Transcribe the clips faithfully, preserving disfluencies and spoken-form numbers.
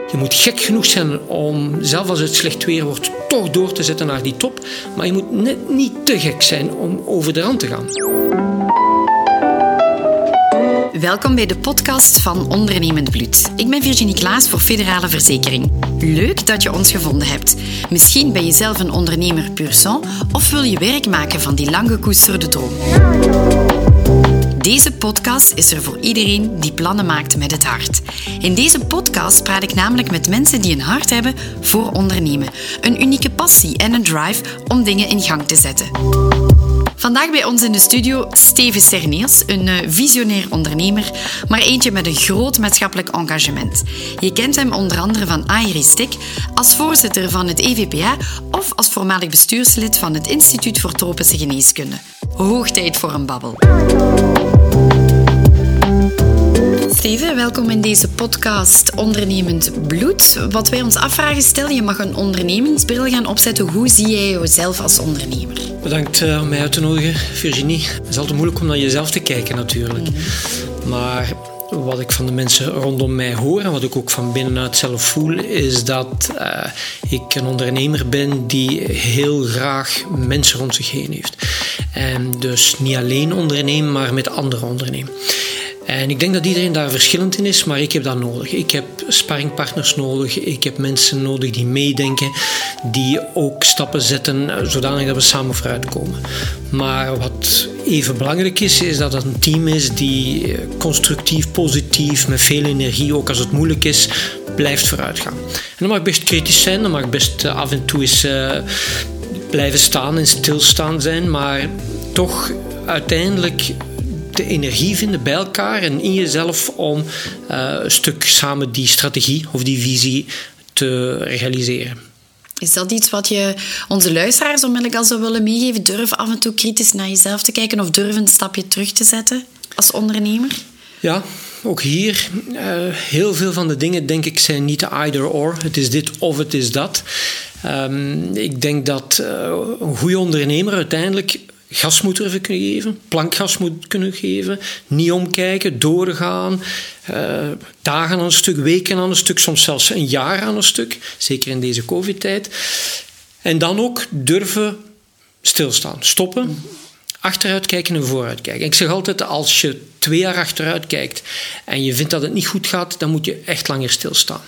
Je moet gek genoeg zijn om, zelfs als het slecht weer wordt, toch door te zetten naar die top. Maar je moet net niet te gek zijn om over de rand te gaan. Welkom bij de podcast van Ondernemend Bloed. Ik ben Virginie Klaas voor Federale Verzekering. Leuk dat je ons gevonden hebt. Misschien ben je zelf een ondernemer pur sang of wil je werk maken van die lang gekoesterde droom. Deze podcast is er voor iedereen die plannen maakt met het hart. In deze podcast praat ik namelijk met mensen die een hart hebben voor ondernemen. Een unieke passie en een drive om dingen in gang te zetten. Vandaag bij ons in de studio Steven Serneers, een visionair ondernemer, maar eentje met een groot maatschappelijk engagement. Je kent hem onder andere van Iristic, als voorzitter van het E V P A of als voormalig bestuurslid van het Instituut voor Tropische Geneeskunde. Hoog tijd voor een babbel. Steven, welkom in deze podcast Ondernemend Bloed. Wat wij ons afvragen, stel je mag een ondernemingsbril gaan opzetten. Hoe zie jij jezelf als ondernemer? Bedankt uh, om mij uit te nodigen, Virginie. Het is altijd moeilijk om naar jezelf te kijken natuurlijk. Mm-hmm. Maar wat ik van de mensen rondom mij hoor en wat ik ook van binnenuit zelf voel, is dat uh, ik een ondernemer ben die heel graag mensen rond zich heen heeft. En dus niet alleen ondernemen, maar met anderen ondernemen. En ik denk dat iedereen daar verschillend in is, maar ik heb dat nodig. Ik heb sparringpartners nodig, ik heb mensen nodig die meedenken, die ook stappen zetten, zodanig dat we samen vooruitkomen. Maar wat even belangrijk is, is dat het een team is die constructief, positief, met veel energie, ook als het moeilijk is, blijft vooruitgaan. En dat mag best kritisch zijn, dat mag best af en toe eens uh, blijven staan en stilstaan zijn, maar toch uiteindelijk de energie vinden bij elkaar en in jezelf om uh, een stuk samen die strategie of die visie te realiseren. Is dat iets wat je onze luisteraars onmiddellijk al zou willen meegeven? Durf af en toe kritisch naar jezelf te kijken of durf een stapje terug te zetten als ondernemer? Ja, ook hier. Uh, heel veel van de dingen, denk ik, zijn niet either or. Het is dit of het is dat. Um, ik denk dat uh, een goede ondernemer uiteindelijk gas moet durven kunnen geven, plankgas moet kunnen geven, niet omkijken, doorgaan, uh, dagen aan een stuk, weken aan een stuk, soms zelfs een jaar aan een stuk, zeker in deze COVID-tijd. En dan ook durven stilstaan, stoppen, achteruit kijken en vooruit kijken. Ik zeg altijd, als je twee jaar achteruit kijkt en je vindt dat het niet goed gaat, dan moet je echt langer stilstaan.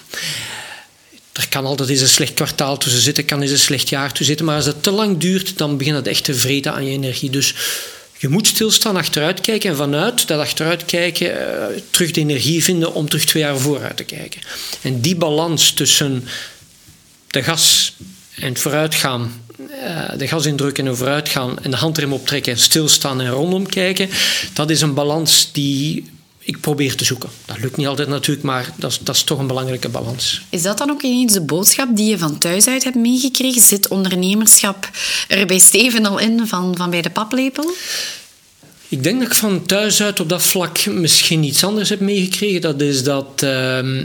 Er kan altijd eens een slecht kwartaal tussen zitten, kan eens een slecht jaar tussen zitten, maar als dat te lang duurt, dan begint het echt te vreten aan je energie. Dus je moet stilstaan, achteruit kijken en vanuit dat achteruit kijken uh, terug de energie vinden om terug twee jaar vooruit te kijken. En die balans tussen de gas en het vooruitgaan, uh, de gas indrukken en vooruitgaan en de handrem optrekken, stilstaan en rondom kijken, dat is een balans die ik probeer te zoeken. Dat lukt niet altijd natuurlijk, maar dat is, dat is toch een belangrijke balans. Is dat dan ook ineens de boodschap die je van thuis uit hebt meegekregen? Zit ondernemerschap er bij Steven al in, van, van bij de paplepel? Ik denk dat ik van thuis uit op dat vlak misschien iets anders heb meegekregen. Dat is dat Uh,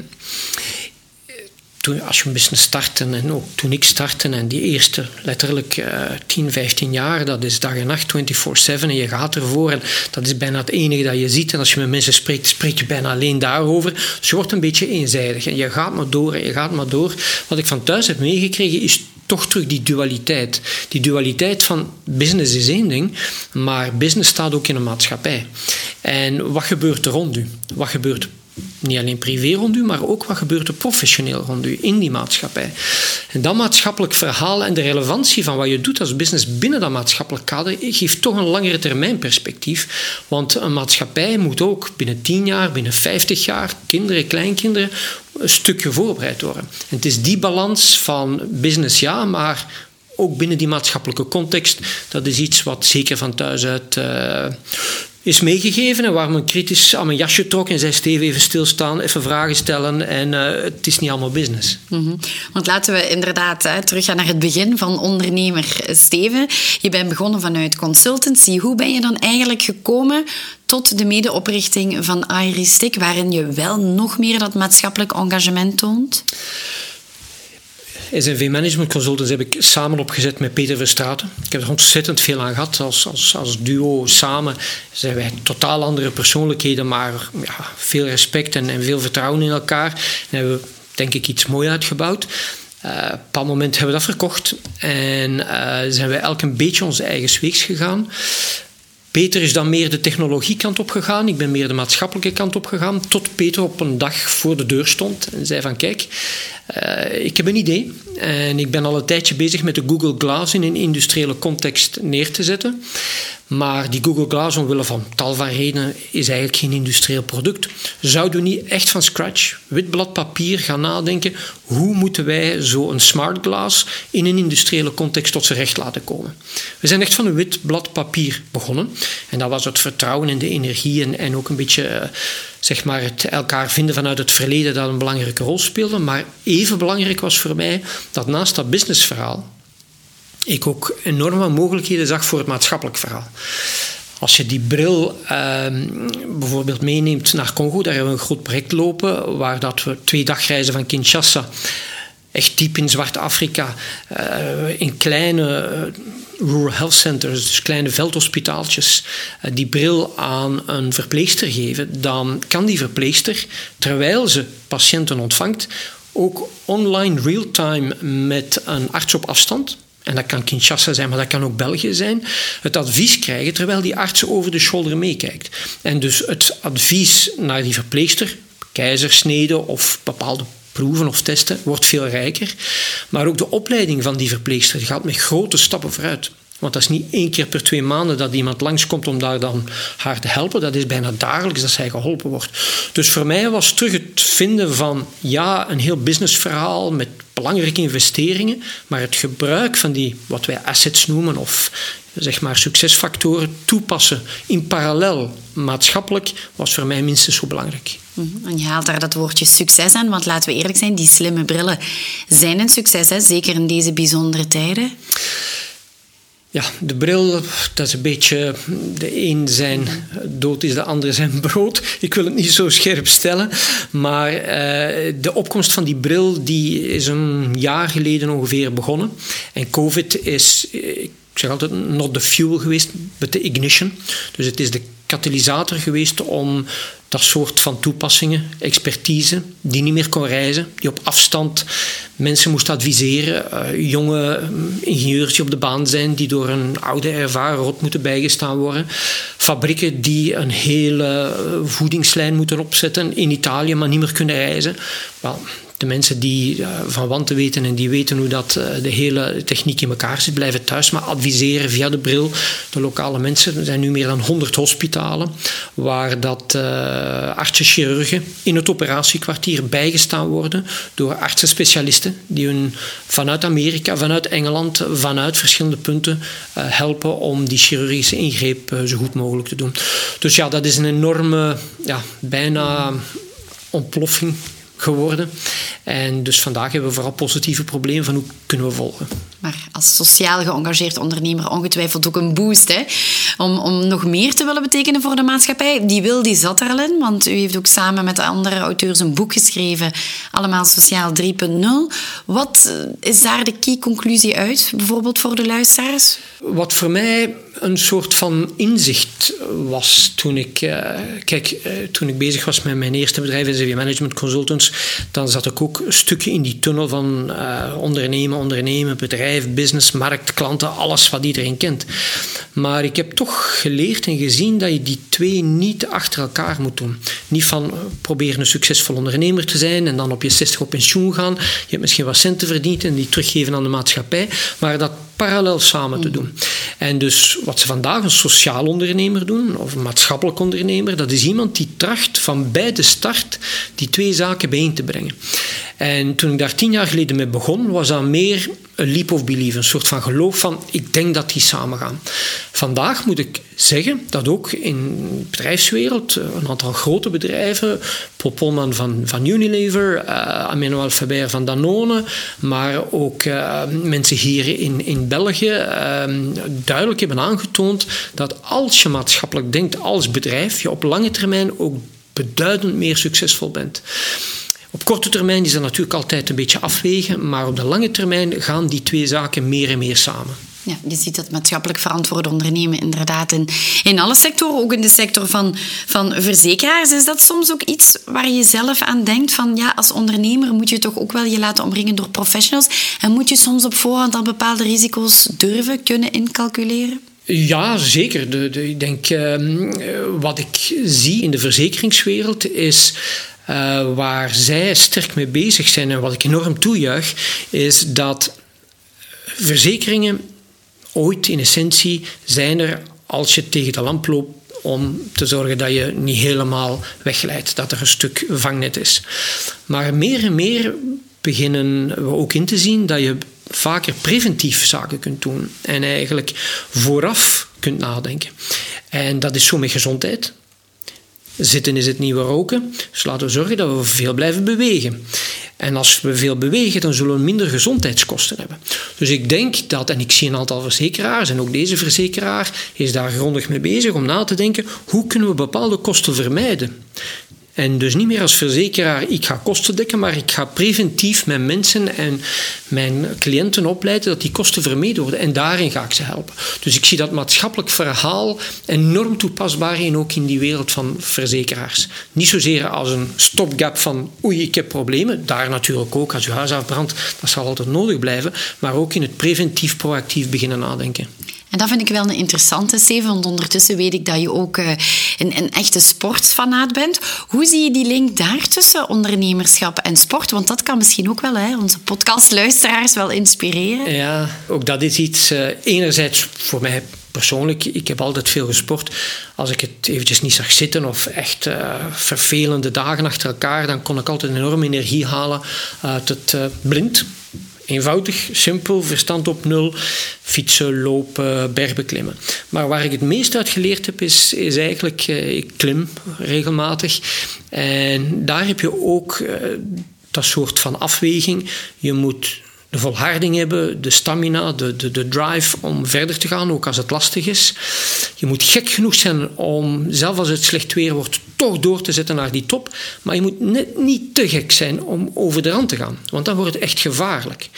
Toen, als je een business start, en ook toen ik startte, en die eerste letterlijk uh, tien, vijftien jaar, dat is dag en nacht, vierentwintig zeven, en je gaat ervoor. En dat is bijna het enige dat je ziet. En als je met mensen spreekt, spreek je bijna alleen daarover. Dus je wordt een beetje eenzijdig. En je gaat maar door en je gaat maar door. Wat ik van thuis heb meegekregen, is toch terug die dualiteit. Die dualiteit van business is één ding, maar business staat ook in een maatschappij. En wat gebeurt er rond u? Wat gebeurt er? Niet alleen privé rond u, maar ook wat gebeurt er professioneel rond u in die maatschappij. En dat maatschappelijk verhaal en de relevantie van wat je doet als business binnen dat maatschappelijk kader geeft toch een langere termijn perspectief. Want een maatschappij moet ook binnen tien jaar, binnen vijftig jaar, kinderen, kleinkinderen, een stukje voorbereid worden. En het is die balans van business, ja, maar ook binnen die maatschappelijke context, dat is iets wat zeker van thuis uit Uh, is meegegeven en waar men kritisch aan mijn jasje trok en zei: Steven, even stilstaan, even vragen stellen en uh, het is niet allemaal business. Mm-hmm. Want laten we inderdaad hè, teruggaan naar het begin van ondernemer Steven. Je bent begonnen vanuit consultancy. Hoe ben je dan eigenlijk gekomen tot de medeoprichting van Iristic, waarin je wel nog meer dat maatschappelijk engagement toont? S N V Management Consultants heb ik samen opgezet met Peter Verstraeten. Ik heb er ontzettend veel aan gehad. Als, als, als duo samen zijn wij totaal andere persoonlijkheden, maar ja, veel respect en, en veel vertrouwen in elkaar. En hebben we denk ik, iets mooi uitgebouwd. Uh, op een bepaald moment hebben we dat verkocht en uh, zijn wij elk een beetje onze eigen weegs gegaan. Peter is dan meer de technologiekant op gegaan. Ik ben meer de maatschappelijke kant op gegaan. Tot Peter op een dag voor de deur stond en zei van kijk, uh, ik heb een idee. En ik ben al een tijdje bezig met de Google Glass in een industriële context neer te zetten. Maar die Google Glass, omwille van tal van redenen, is eigenlijk geen industrieel product. Zouden we niet echt van scratch, wit blad papier, gaan nadenken hoe moeten wij zo'n smart glass in een industriële context tot zijn recht laten komen? We zijn echt van een wit blad papier begonnen. En dat was het vertrouwen in de energie en, en ook een beetje zeg maar, het elkaar vinden vanuit het verleden dat een belangrijke rol speelde. Maar even belangrijk was voor mij dat naast dat businessverhaal ik ook enorme mogelijkheden zag voor het maatschappelijk verhaal. Als je die bril uh, bijvoorbeeld meeneemt naar Congo, daar hebben we een groot project lopen, waar dat we twee dagreizen van Kinshasa, echt diep in Zwart-Afrika, uh, in kleine uh, rural health centers, dus kleine veldhospitaaltjes, uh, die bril aan een verpleegster geven, dan kan die verpleegster, terwijl ze patiënten ontvangt, ook online real-time met een arts op afstand, en dat kan Kinshasa zijn, maar dat kan ook België zijn, het advies krijgen terwijl die arts over de shoulder meekijkt. En dus het advies naar die verpleegster, keizersnede of bepaalde proeven of testen, wordt veel rijker. Maar ook de opleiding van die verpleegster gaat met grote stappen vooruit. Want dat is niet één keer per twee maanden dat iemand langskomt om daar dan haar te helpen. Dat is bijna dagelijks dat zij geholpen wordt. Dus voor mij was terug het vinden van ja, een heel businessverhaal met belangrijke investeringen, maar het gebruik van die, wat wij assets noemen, of zeg maar succesfactoren, toepassen in parallel maatschappelijk, was voor mij minstens zo belangrijk. En je haalt daar dat woordje succes aan, want laten we eerlijk zijn, die slimme brillen zijn een succes, hè? Zeker in deze bijzondere tijden. Ja, de bril, dat is een beetje, de een zijn dood is de ander zijn brood. Ik wil het niet zo scherp stellen, maar uh, de opkomst van die bril die is een jaar geleden ongeveer begonnen. En COVID is, ik zeg altijd, not the fuel geweest, but the ignition. Dus het is de katalysator geweest om dat soort van toepassingen, expertise, die niet meer kon reizen, die op afstand mensen moest adviseren, uh, jonge ingenieurs die op de baan zijn, die door een oude ervaren rot moeten bijgestaan worden, fabrieken die een hele voedingslijn moeten opzetten in Italië, maar niet meer kunnen reizen. Wel, de mensen die uh, van wanten weten en die weten hoe dat, uh, de hele techniek in elkaar zit, blijven thuis, maar adviseren via de bril de lokale mensen. Er zijn nu meer dan honderd hospitalen waar dat uh, artsen, chirurgen in het operatiekwartier bijgestaan worden door artsenspecialisten die hun vanuit Amerika, vanuit Engeland, vanuit verschillende punten uh, helpen om die chirurgische ingreep uh, zo goed mogelijk te doen. Dus ja, dat is een enorme, ja, bijna ontploffing geworden. En dus vandaag hebben we vooral positieve problemen van hoe kunnen we volgen. Maar als sociaal geëngageerd ondernemer ongetwijfeld ook een boost, hè? Om, om nog meer te willen betekenen voor de maatschappij. Die wil, die zat er al in, want u heeft ook samen met andere auteurs een boek geschreven, Allemaal Sociaal drie punt nul. Wat is daar de key conclusie uit, bijvoorbeeld voor de luisteraars? Wat voor mij een soort van inzicht was toen ik, uh, kijk, uh, toen ik bezig was met mijn eerste bedrijf, S V Management Consultants, dan zat ik ook een stukje in die tunnel van uh, ondernemen, ondernemen, bedrijf, business, markt, klanten, alles wat iedereen kent. Maar ik heb toch geleerd en gezien dat je die twee niet achter elkaar moet doen. Niet van uh, proberen een succesvol ondernemer te zijn en dan op je zestig op pensioen gaan. Je hebt misschien wat centen verdiend en die teruggeven aan de maatschappij, maar dat parallel samen te doen. En dus wat ze vandaag een sociaal ondernemer doen, of een maatschappelijk ondernemer, dat is iemand die tracht van bij de start die twee zaken bijeen te brengen. En toen ik daar tien jaar geleden mee begon, was dat meer een leap of belief, een soort van geloof van, ik denk dat die samen gaan. Vandaag moet ik zeggen dat ook in de bedrijfswereld een aantal grote bedrijven, Paul Polman van, van Unilever, uh, Emmanuel Faber van Danone, maar ook uh, mensen hier in, in België uh, duidelijk hebben aangetoond dat als je maatschappelijk denkt als bedrijf, je op lange termijn ook beduidend meer succesvol bent. Op korte termijn is dat natuurlijk altijd een beetje afwegen, maar op de lange termijn gaan die twee zaken meer en meer samen. Ja, je ziet dat maatschappelijk verantwoord ondernemen inderdaad in, in alle sectoren, ook in de sector van, van verzekeraars. Is dat soms ook iets waar je zelf aan denkt van ja, als ondernemer moet je toch ook wel je laten omringen door professionals en moet je soms op voorhand al bepaalde risico's durven, kunnen incalculeren? Ja, zeker. De, de, ik denk, uh, wat ik zie in de verzekeringswereld is uh, waar zij sterk mee bezig zijn en wat ik enorm toejuich, is dat verzekeringen ooit in essentie zijn er als je tegen de lamp loopt om te zorgen dat je niet helemaal wegglijdt, dat er een stuk vangnet is. Maar meer en meer beginnen we ook in te zien dat je vaker preventief zaken kunt doen en eigenlijk vooraf kunt nadenken. En dat is zo met gezondheid. Zitten is het nieuwe roken, dus laten we zorgen dat we veel blijven bewegen. En als we veel bewegen, dan zullen we minder gezondheidskosten hebben. Dus ik denk dat, en ik zie een aantal verzekeraars, en ook deze verzekeraar is daar grondig mee bezig om na te denken, hoe kunnen we bepaalde kosten vermijden? En dus niet meer als verzekeraar, ik ga kosten dekken, maar ik ga preventief mijn mensen en mijn cliënten opleiden dat die kosten vermeden worden. En daarin ga ik ze helpen. Dus ik zie dat maatschappelijk verhaal enorm toepasbaar in, ook in die wereld van verzekeraars. Niet zozeer als een stopgap van oei, ik heb problemen. Daar natuurlijk ook, als uw huis afbrandt, dat zal altijd nodig blijven. Maar ook in het preventief, proactief beginnen nadenken. En dat vind ik wel een interessante, Steven, want ondertussen weet ik dat je ook uh, een, een echte sportfanaat bent. Hoe zie je die link daar tussen ondernemerschap en sport? Want dat kan misschien ook wel hè, onze podcastluisteraars wel inspireren. Ja, ook dat is iets, uh, enerzijds voor mij persoonlijk, ik heb altijd veel gesport. Als ik het eventjes niet zag zitten of echt uh, vervelende dagen achter elkaar, dan kon ik altijd enorm energie halen uit het uh, blind. Eenvoudig, simpel, verstand op nul, fietsen, lopen, bergbeklimmen. Maar waar ik het meest uit geleerd heb, is, is eigenlijk, uh, ik klim regelmatig. En daar heb je ook uh, dat soort van afweging. Je moet de volharding hebben, de stamina, de, de, de drive om verder te gaan, ook als het lastig is. Je moet gek genoeg zijn om, zelfs als het slecht weer wordt, toch door te zetten naar die top. Maar je moet net niet te gek zijn om over de rand te gaan, want dan wordt het echt gevaarlijk.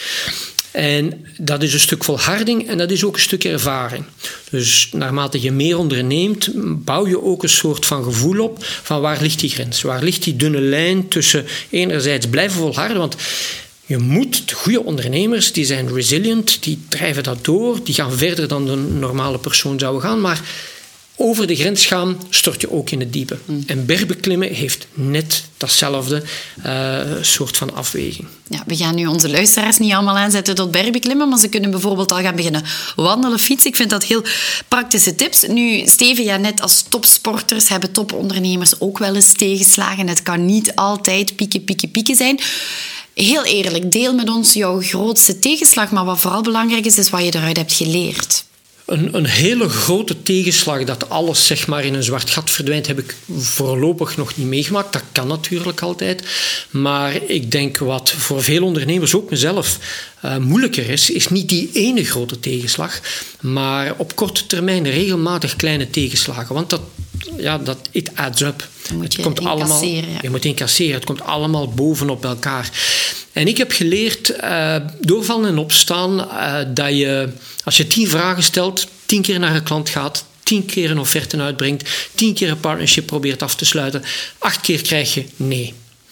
En dat is een stuk volharding en dat is ook een stuk ervaring. Dus naarmate je meer onderneemt, bouw je ook een soort van gevoel op van waar ligt die grens? Waar ligt die dunne lijn tussen enerzijds blijven volharden, want je moet, de goede ondernemers, die zijn resilient, die drijven dat door, die gaan verder dan de normale persoon zou gaan, maar over de grens gaan stort je ook in het diepe. Mm. En bergbeklimmen heeft net datzelfde uh, soort van afweging. Ja, we gaan nu onze luisteraars niet allemaal aanzetten tot bergbeklimmen, maar ze kunnen bijvoorbeeld al gaan beginnen wandelen, fietsen. Ik vind dat heel praktische tips. Nu, Steven, ja, net als topsporters hebben topondernemers ook wel eens tegenslagen. Het kan niet altijd pieken, pieken, pieken zijn. Heel eerlijk, deel met ons jouw grootste tegenslag, maar wat vooral belangrijk is, is wat je eruit hebt geleerd. Een, een hele grote tegenslag dat alles zeg maar, in een zwart gat verdwijnt, heb ik voorlopig nog niet meegemaakt. Dat kan natuurlijk altijd. Maar ik denk wat voor veel ondernemers, ook mezelf, uh, moeilijker is, is niet die ene grote tegenslag, maar op korte termijn regelmatig kleine tegenslagen. Want dat, ja, dat it adds up. Moet je het komt allemaal, ja. je moet incasseren. Het komt allemaal bovenop elkaar. En ik heb geleerd, uh, doorvallen en opstaan, uh, dat je, als je tien vragen stelt, tien keer naar een klant gaat, tien keer een offerte uitbrengt, tien keer een partnership probeert af te sluiten, acht keer krijg je nee.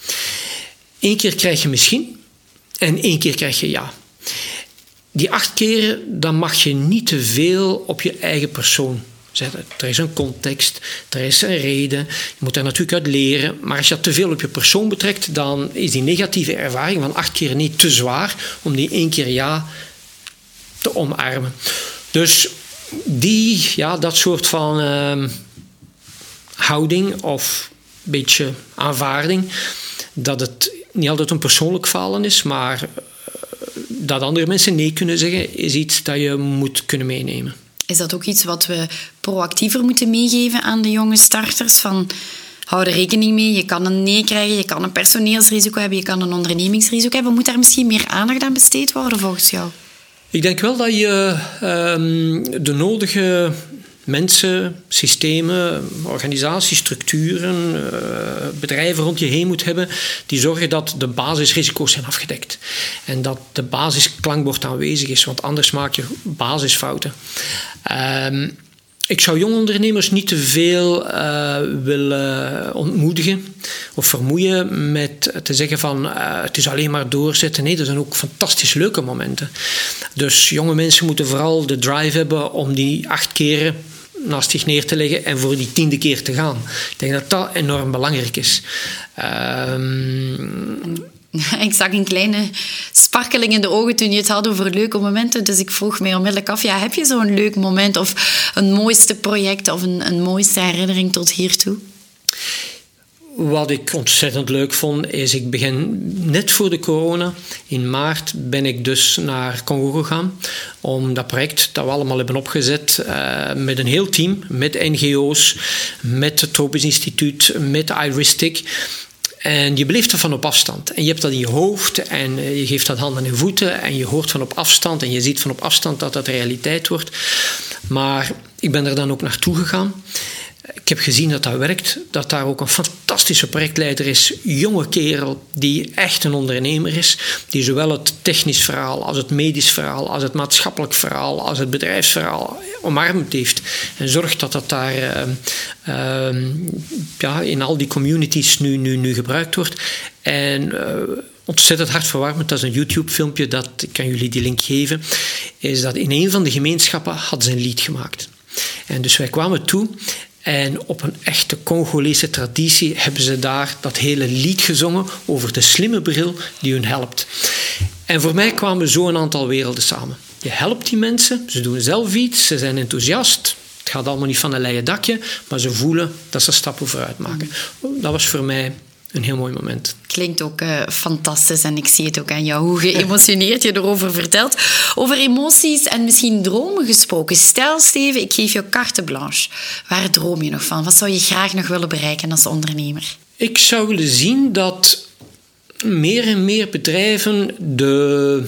Eén keer krijg je misschien en één keer krijg je ja. Die acht keren, dan mag je niet te veel op je eigen persoon zetten. Er is een context, er is een reden, je moet daar natuurlijk uit leren, maar als je dat te veel op je persoon betrekt, dan is die negatieve ervaring van acht keer niet te zwaar om die één keer ja te omarmen. Dus die, ja, dat soort van uh, houding of een beetje aanvaarding, dat het niet altijd een persoonlijk falen is, maar uh, dat andere mensen nee kunnen zeggen, is iets dat je moet kunnen meenemen. Is dat ook iets wat we proactiever moeten meegeven aan de jonge starters? Van, hou er rekening mee, je kan een nee krijgen, je kan een personeelsrisico hebben, je kan een ondernemingsrisico hebben. Moet daar misschien meer aandacht aan besteed worden volgens jou? Ik denk wel dat je um, de nodige mensen, systemen, organisaties, structuren, uh, bedrijven rond je heen moet hebben die zorgen dat de basisrisico's zijn afgedekt. En dat de basisklankbord aanwezig is, want anders maak je basisfouten. Um, Ik zou jonge ondernemers niet te veel uh, willen ontmoedigen of vermoeien met te zeggen van uh, het is alleen maar doorzetten. Nee, er zijn ook fantastisch leuke momenten. Dus jonge mensen moeten vooral de drive hebben om die acht keren naast zich neer te leggen en voor die tiende keer te gaan. Ik denk dat dat enorm belangrijk is. Um, Ik zag een kleine sparkeling in de ogen toen je het had over leuke momenten. Dus ik vroeg mij onmiddellijk af, ja, heb je zo'n leuk moment of een mooiste project of een, een mooiste herinnering tot hiertoe? Wat ik ontzettend leuk vond, is ik begin net voor de corona, in maart, ben ik dus naar Congo gegaan om dat project dat we allemaal hebben opgezet uh, met een heel team, met N G O's, met het Tropisch Instituut, met iRistic. En je beleeft ervan op afstand. En je hebt dat in je hoofd en je geeft dat handen en voeten en je hoort van op afstand en je ziet van op afstand dat dat realiteit wordt. Maar ik ben er dan ook naartoe gegaan. Ik heb gezien dat dat werkt, dat daar ook een fantastische projectleider is, jonge kerel die echt een ondernemer is, die zowel het technisch verhaal als het medisch verhaal, als het maatschappelijk verhaal, als het bedrijfsverhaal omarmd heeft en zorgt dat dat daar uh, uh, ja, in al die communities nu, nu, nu gebruikt wordt. En uh, ontzettend hartverwarmend, dat is een YouTube-filmpje, dat, ik kan jullie die link geven, is dat in een van de gemeenschappen hadden ze een lied gemaakt. En dus wij kwamen toe. En op een echte Congolese traditie hebben ze daar dat hele lied gezongen over de slimme bril die hun helpt. En voor mij kwamen zo een aantal werelden samen. Je helpt die mensen, ze doen zelf iets, ze zijn enthousiast. Het gaat allemaal niet van een leien dakje, maar ze voelen dat ze stappen vooruit maken. Dat was voor mij een heel mooi moment. Klinkt ook uh, fantastisch en ik zie het ook aan jou, hoe geëmotioneerd je erover vertelt. Over emoties en misschien dromen gesproken. Stel, Steven, ik geef jou carte blanche. Waar droom je nog van? Wat zou je graag nog willen bereiken als ondernemer? Ik zou willen zien dat meer en meer bedrijven de,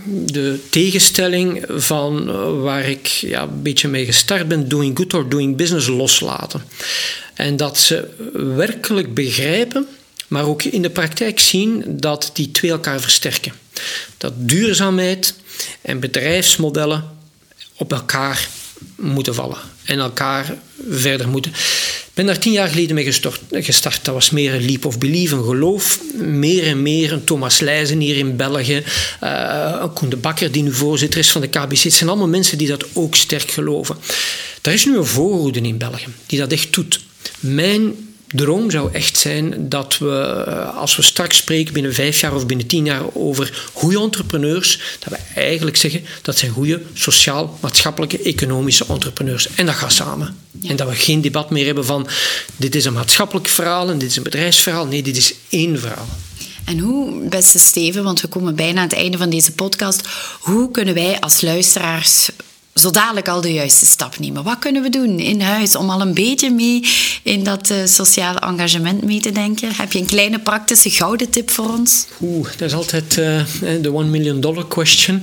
de tegenstelling van waar ik ja, een beetje mee gestart ben, doing good or doing business, loslaten. En dat ze werkelijk begrijpen, maar ook in de praktijk zien dat die twee elkaar versterken. Dat duurzaamheid en bedrijfsmodellen op elkaar moeten vallen en elkaar verder moeten. Ik ben daar tien jaar geleden mee gestart. gestart. Dat was meer een leap of belief, een geloof. Meer en meer een Thomas Leijzen hier in België, uh, een Koen de Bakker die nu voorzitter is van de K B C. Het zijn allemaal mensen die dat ook sterk geloven. Er is nu een voorhoede in België die dat echt doet. Mijn droom zou echt zijn dat we, als we straks spreken binnen vijf jaar of binnen tien jaar over goede entrepreneurs, dat we eigenlijk zeggen dat zijn goede sociaal, maatschappelijke, economische entrepreneurs. En dat gaat samen. Ja. En dat we geen debat meer hebben van dit is een maatschappelijk verhaal en dit is een bedrijfsverhaal. Nee, dit is één verhaal. En hoe, beste Steven, want we komen bijna aan het einde van deze podcast, hoe kunnen wij als luisteraars zo dadelijk al de juiste stap nemen? Wat kunnen we doen in huis om al een beetje mee in dat uh, sociale engagement mee te denken? Heb je een kleine praktische gouden tip voor ons? Oeh, dat is altijd uh, de one million dollar question.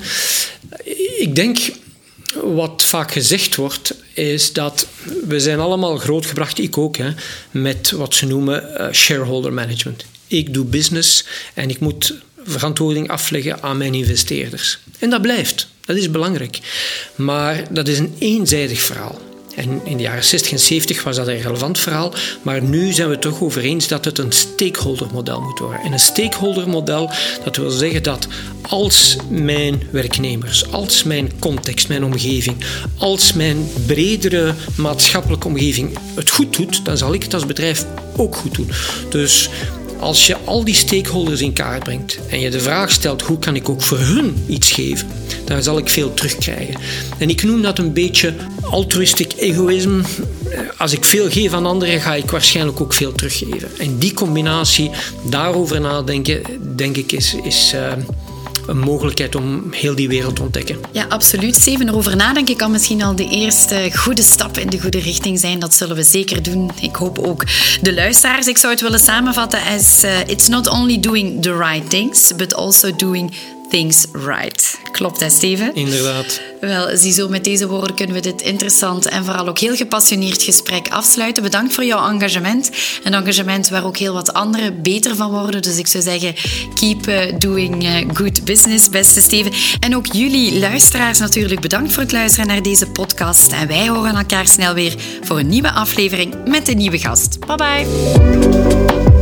Ik denk, wat vaak gezegd wordt, is dat we zijn allemaal grootgebracht, ik ook, hè, met wat ze noemen uh, shareholder management. Ik doe business en ik moet verantwoording afleggen aan mijn investeerders. En dat blijft. Dat is belangrijk. Maar dat is een eenzijdig verhaal. En in de jaren zestig en zeventig was dat een relevant verhaal. Maar nu zijn we het toch over eens dat het een stakeholdermodel moet worden. En een stakeholdermodel, dat wil zeggen dat als mijn werknemers, als mijn context, mijn omgeving, als mijn bredere maatschappelijke omgeving het goed doet, dan zal ik het als bedrijf ook goed doen. Dus als je al die stakeholders in kaart brengt en je de vraag stelt hoe kan ik ook voor hun iets geven, dan zal ik veel terugkrijgen. En ik noem dat een beetje altruïstisch egoïsme. Als ik veel geef aan anderen, ga ik waarschijnlijk ook veel teruggeven. En die combinatie, daarover nadenken, denk ik, is, is uh, een mogelijkheid om heel die wereld te ontdekken. Ja, absoluut. Steven, erover nadenken kan misschien al de eerste goede stap in de goede richting zijn. Dat zullen we zeker doen. Ik hoop ook de luisteraars. Ik zou het willen samenvatten als uh, it's not only doing the right things, but also doing things right. Klopt hè, Steven? Inderdaad. Wel, ziezo, met deze woorden kunnen we dit interessant en vooral ook heel gepassioneerd gesprek afsluiten. Bedankt voor jouw engagement. Een engagement waar ook heel wat anderen beter van worden. Dus ik zou zeggen, keep uh, doing uh, good business, beste Steven. En ook jullie luisteraars natuurlijk bedankt voor het luisteren naar deze podcast. En wij horen elkaar snel weer voor een nieuwe aflevering met een nieuwe gast. Bye bye!